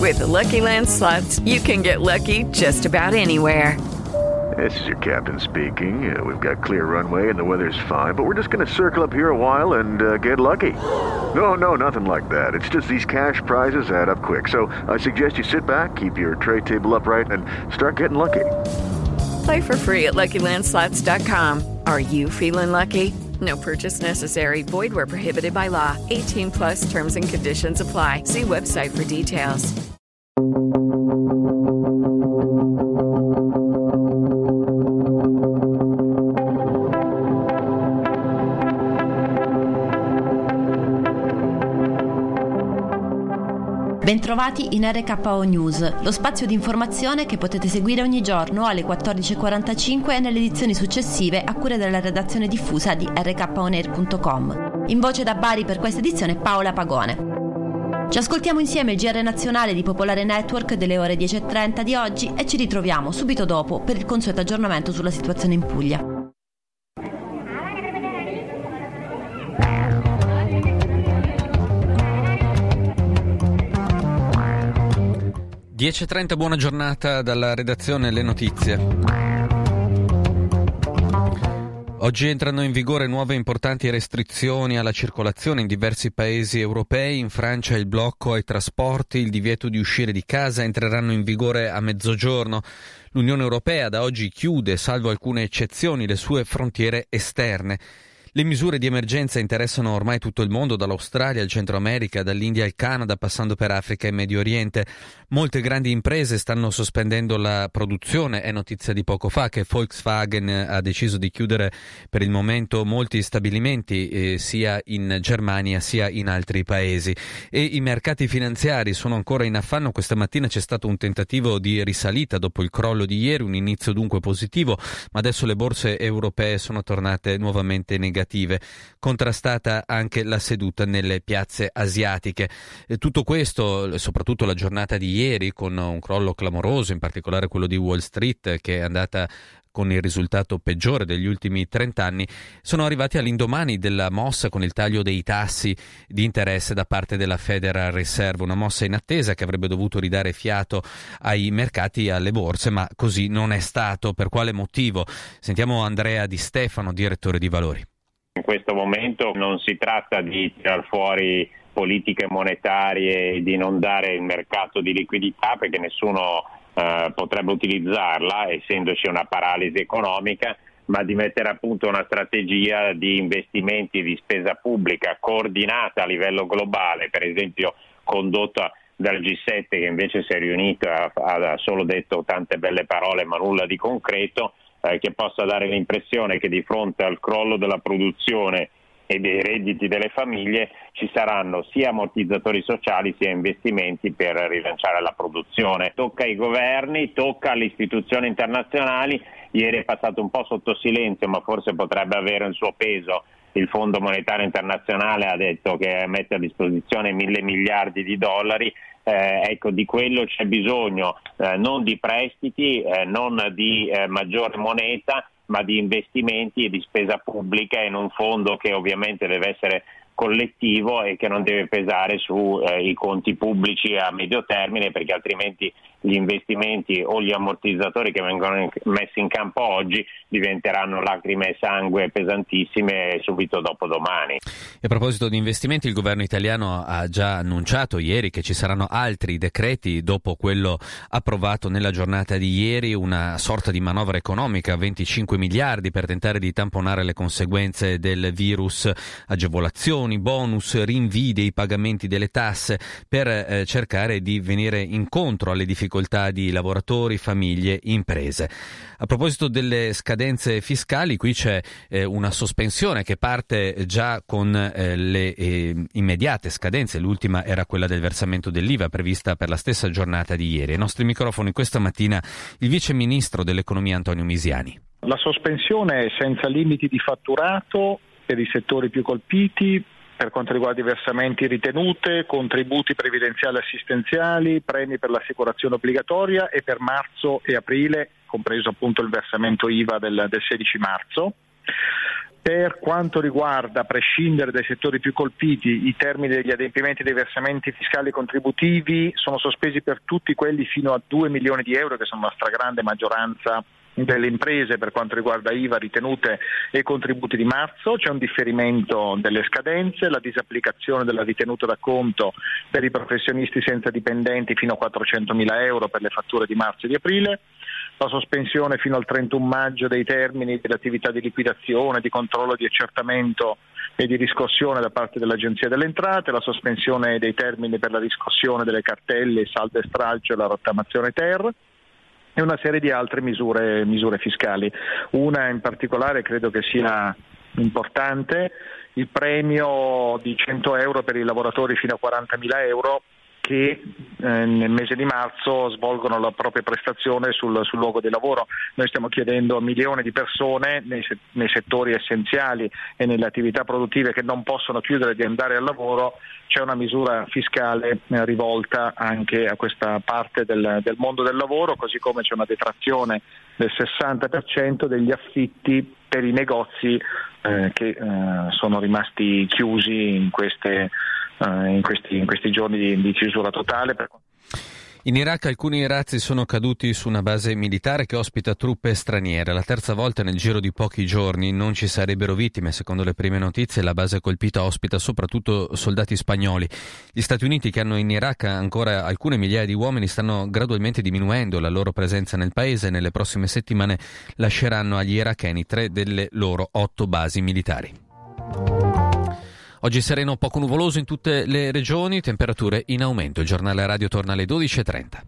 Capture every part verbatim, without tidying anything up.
With the Lucky Land Slots, you can get lucky just about anywhere. This is your captain speaking. Uh, we've got clear runway and the weather's fine, but we're just going to circle up here a while and uh, get lucky. No, no, nothing like that. It's just these cash prizes add up quick. So I suggest you sit back, keep your tray table upright, and start getting lucky. Play for free at Lucky Land Slots dot com. Are you feeling lucky? No purchase necessary. Void where prohibited by law. eighteen plus terms and conditions apply. See website for details. Bentrovati in R K O News, lo spazio di informazione che potete seguire ogni giorno alle quattordici e quarantacinque e nelle edizioni successive a cura della redazione diffusa di r k o n air punto com. In voce da Bari per questa edizione Paola Pagone. Ci ascoltiamo insieme il G R nazionale di Popolare Network delle ore dieci e trenta di oggi e ci ritroviamo subito dopo per il consueto aggiornamento sulla situazione in Puglia. dieci e trenta, buona giornata dalla redazione, le notizie. Oggi entrano in vigore nuove importanti restrizioni alla circolazione in diversi paesi europei. In Francia il blocco ai trasporti, il divieto di uscire di casa entreranno in vigore a mezzogiorno. L'Unione Europea da oggi chiude, salvo alcune eccezioni, le sue frontiere esterne. Le misure di emergenza interessano ormai tutto il mondo, dall'Australia al Centro America, dall'India al Canada, passando per Africa e Medio Oriente. Molte grandi imprese stanno sospendendo la produzione. È notizia di poco fa che Volkswagen ha deciso di chiudere per il momento molti stabilimenti, eh, sia in Germania sia in altri paesi. E i mercati finanziari sono ancora in affanno. Questa mattina c'è stato un tentativo di risalita dopo il crollo di ieri, un inizio dunque positivo, ma adesso le borse europee sono tornate nuovamente negative. Contrastata anche la seduta nelle piazze asiatiche. E tutto questo, soprattutto la giornata di ieri, con un crollo clamoroso, in particolare quello di Wall Street, che è andata con il risultato peggiore degli ultimi trent'anni, sono arrivati all'indomani della mossa con il taglio dei tassi di interesse da parte della Federal Reserve, una mossa inattesa che avrebbe dovuto ridare fiato ai mercati e alle borse, ma così non è stato. Per quale motivo? Sentiamo Andrea Di Stefano, direttore di Valori. In questo momento non si tratta di tirar fuori politiche monetarie e di non dare il mercato di liquidità, perché nessuno eh, potrebbe utilizzarla, essendoci una paralisi economica, ma di mettere a punto una strategia di investimenti e di spesa pubblica coordinata a livello globale, per esempio condotta dal G sette, che invece si è riunito e ha, ha solo detto tante belle parole ma nulla di concreto, eh, che possa dare l'impressione che di fronte al crollo della produzione e dei redditi delle famiglie ci saranno sia ammortizzatori sociali sia investimenti per rilanciare la produzione. Tocca ai governi, tocca alle istituzioni internazionali. Ieri è passato un po' sotto silenzio, ma forse potrebbe avere il suo peso. Il Fondo Monetario Internazionale ha detto che mette a disposizione mille miliardi di dollari. Eh, ecco, di quello c'è bisogno, eh, non di prestiti, eh, non di eh, maggiore moneta, ma di investimenti e di spesa pubblica in un fondo che ovviamente deve essere collettivo e che non deve pesare sui eh, conti pubblici a medio termine, perché altrimenti gli investimenti o gli ammortizzatori che vengono messi in campo oggi diventeranno lacrime e sangue pesantissime subito dopo domani. E a proposito di investimenti, il governo italiano ha già annunciato ieri che ci saranno altri decreti dopo quello approvato nella giornata di ieri, una sorta di manovra economica, venticinque miliardi per tentare di tamponare le conseguenze del virus, agevolazioni, bonus, rinvii dei pagamenti delle tasse per eh, cercare di venire incontro alle difficoltà di lavoratori, famiglie, imprese. A proposito delle scadenze fiscali, qui c'è eh, una sospensione che parte già con eh, le eh, immediate scadenze. L'ultima era quella del versamento dell'I V A prevista per la stessa giornata di ieri. Ai nostri microfoni questa mattina il vice ministro dell'economia Antonio Misiani. La sospensione è senza limiti di fatturato per i settori più colpiti, per quanto riguarda i versamenti ritenute, contributi previdenziali assistenziali, premi per l'assicurazione obbligatoria e per marzo e aprile, compreso appunto il versamento I V A del, del sedici marzo. Per quanto riguarda, a prescindere dai settori più colpiti, i termini degli adempimenti dei versamenti fiscali e contributivi sono sospesi per tutti quelli fino a due milioni di euro, che sono la stragrande maggioranza delle imprese per quanto riguarda I V A, ritenute e contributi di marzo. C'è un differimento delle scadenze, la disapplicazione della ritenuta d'acconto per i professionisti senza dipendenti fino a quattrocentomila euro per le fatture di marzo e di aprile, la sospensione fino al trentuno maggio dei termini delle attività di liquidazione, di controllo, di accertamento e di riscossione da parte dell'Agenzia delle Entrate, la sospensione dei termini per la riscossione delle cartelle, saldo e stralcio e la rottamazione ter, e una serie di altre misure, misure fiscali. Una in particolare credo che sia importante, il premio di cento euro per i lavoratori fino a quarantamila euro che eh, nel mese di marzo svolgono la propria prestazione sul, sul luogo di lavoro. Noi stiamo chiedendo a milioni di persone nei, nei settori essenziali e nelle attività produttive che non possono chiudere di andare al lavoro. C'è una misura fiscale eh, rivolta anche a questa parte del, del mondo del lavoro, così come c'è una detrazione del sessanta per cento degli affitti per i negozi eh, che eh, sono rimasti chiusi in queste In questi, in questi giorni di, di chiusura totale. In Iraq alcuni razzi sono caduti su una base militare che ospita truppe straniere. La terza volta nel giro di pochi giorni. Non ci sarebbero vittime. Secondo le prime notizie, la base colpita ospita soprattutto soldati spagnoli. Gli Stati Uniti, che hanno in Iraq ancora alcune migliaia di uomini, stanno gradualmente diminuendo la loro presenza nel paese e nelle prossime settimane lasceranno agli iracheni tre delle loro otto basi militari. Oggi sereno poco nuvoloso in tutte le regioni, temperature in aumento. Il giornale radio torna alle dodici e trenta.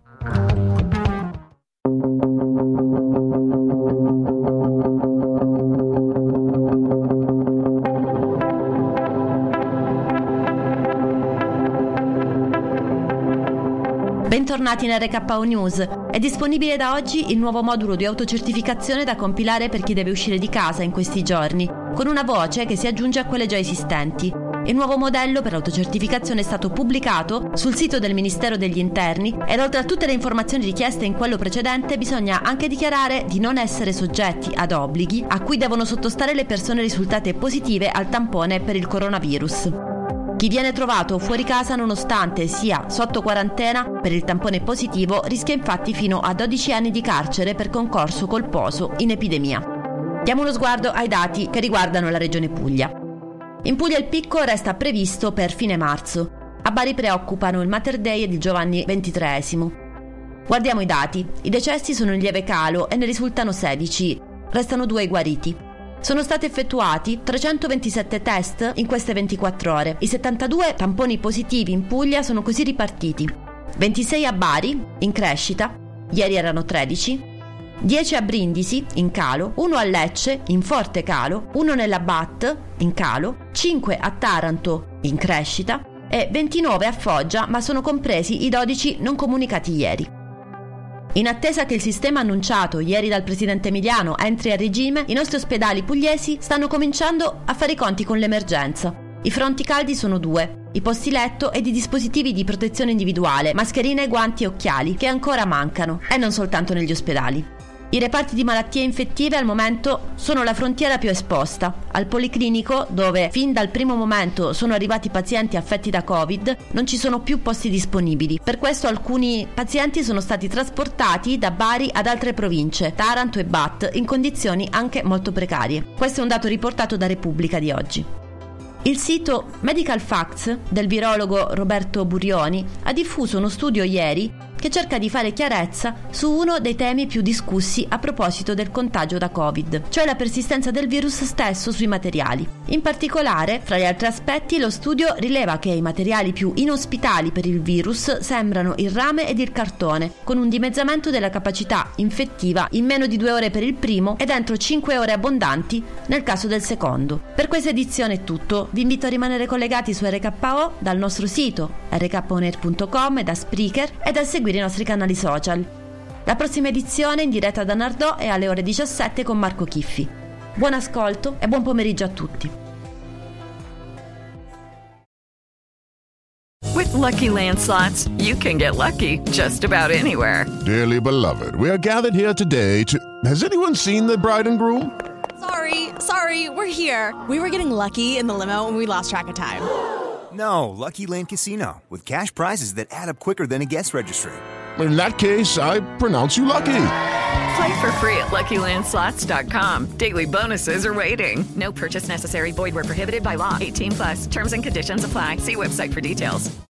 Bentornati in R K O News. È disponibile da oggi il nuovo modulo di autocertificazione da compilare per chi deve uscire di casa in questi giorni, con una voce che si aggiunge a quelle già esistenti. Il nuovo modello per autocertificazione è stato pubblicato sul sito del Ministero degli Interni ed oltre a tutte le informazioni richieste in quello precedente bisogna anche dichiarare di non essere soggetti ad obblighi a cui devono sottostare le persone risultate positive al tampone per il coronavirus. Chi viene trovato fuori casa nonostante sia sotto quarantena per il tampone positivo rischia infatti fino a dodici anni di carcere per concorso colposo in epidemia. Diamo uno sguardo ai dati che riguardano la regione Puglia. In Puglia il picco resta previsto per fine marzo. A Bari preoccupano il Mater Dei ed il Giovanni ventitreesimo. Guardiamo i dati. I decessi sono in lieve calo e ne risultano sedici. Restano due i guariti. Sono stati effettuati trecentoventisette test in queste ventiquattro ore. I settantadue tamponi positivi in Puglia sono così ripartiti: ventisei a Bari, in crescita, ieri erano tredici, dieci a Brindisi, in calo, uno a Lecce, in forte calo, uno nella B A T, in calo, cinque a Taranto, in crescita, e ventinove a Foggia, ma sono compresi i dodici non comunicati ieri. In attesa che il sistema annunciato ieri dal presidente Emiliano entri a regime, i nostri ospedali pugliesi stanno cominciando a fare i conti con l'emergenza. I fronti caldi sono due: i posti letto ed i dispositivi di protezione individuale, mascherine, guanti e occhiali, che ancora mancano, e non soltanto negli ospedali. I reparti di malattie infettive al momento sono la frontiera più esposta. Al Policlinico, dove fin dal primo momento sono arrivati pazienti affetti da Covid, non ci sono più posti disponibili. Per questo alcuni pazienti sono stati trasportati da Bari ad altre province, Taranto e B A T, in condizioni anche molto precarie. Questo è un dato riportato da Repubblica di oggi. Il sito Medical Facts del virologo Roberto Burioni ha diffuso uno studio ieri che cerca di fare chiarezza su uno dei temi più discussi a proposito del contagio da Covid, cioè la persistenza del virus stesso sui materiali. In particolare, fra gli altri aspetti, lo studio rileva che i materiali più inospitali per il virus sembrano il rame ed il cartone, con un dimezzamento della capacità infettiva in meno di due ore per il primo ed entro cinque ore abbondanti nel caso del secondo. Per questa edizione è tutto. Vi invito a rimanere collegati su R K O dal nostro sito r k o n air punto com e da Spreaker e da seguire i nostri canali social. La prossima edizione in diretta da Nardò è alle ore diciassette con Marco Chiffi. Buon ascolto e buon pomeriggio a tutti. With Lucky Land Slots, you can get lucky just about anywhere. Dearly beloved, we are gathered here today to... Has anyone seen the bride and groom? Sorry, Sorry, sorry, we're here. We were getting lucky in the limo and we lost track of time. No, Lucky Land Casino, with cash prizes that add up quicker than a guest registry. In that case, I pronounce you lucky. Play for free at Lucky Land Slots dot com. Daily bonuses are waiting. No purchase necessary. Void where prohibited by law. eighteen plus. Terms and conditions apply. See website for details.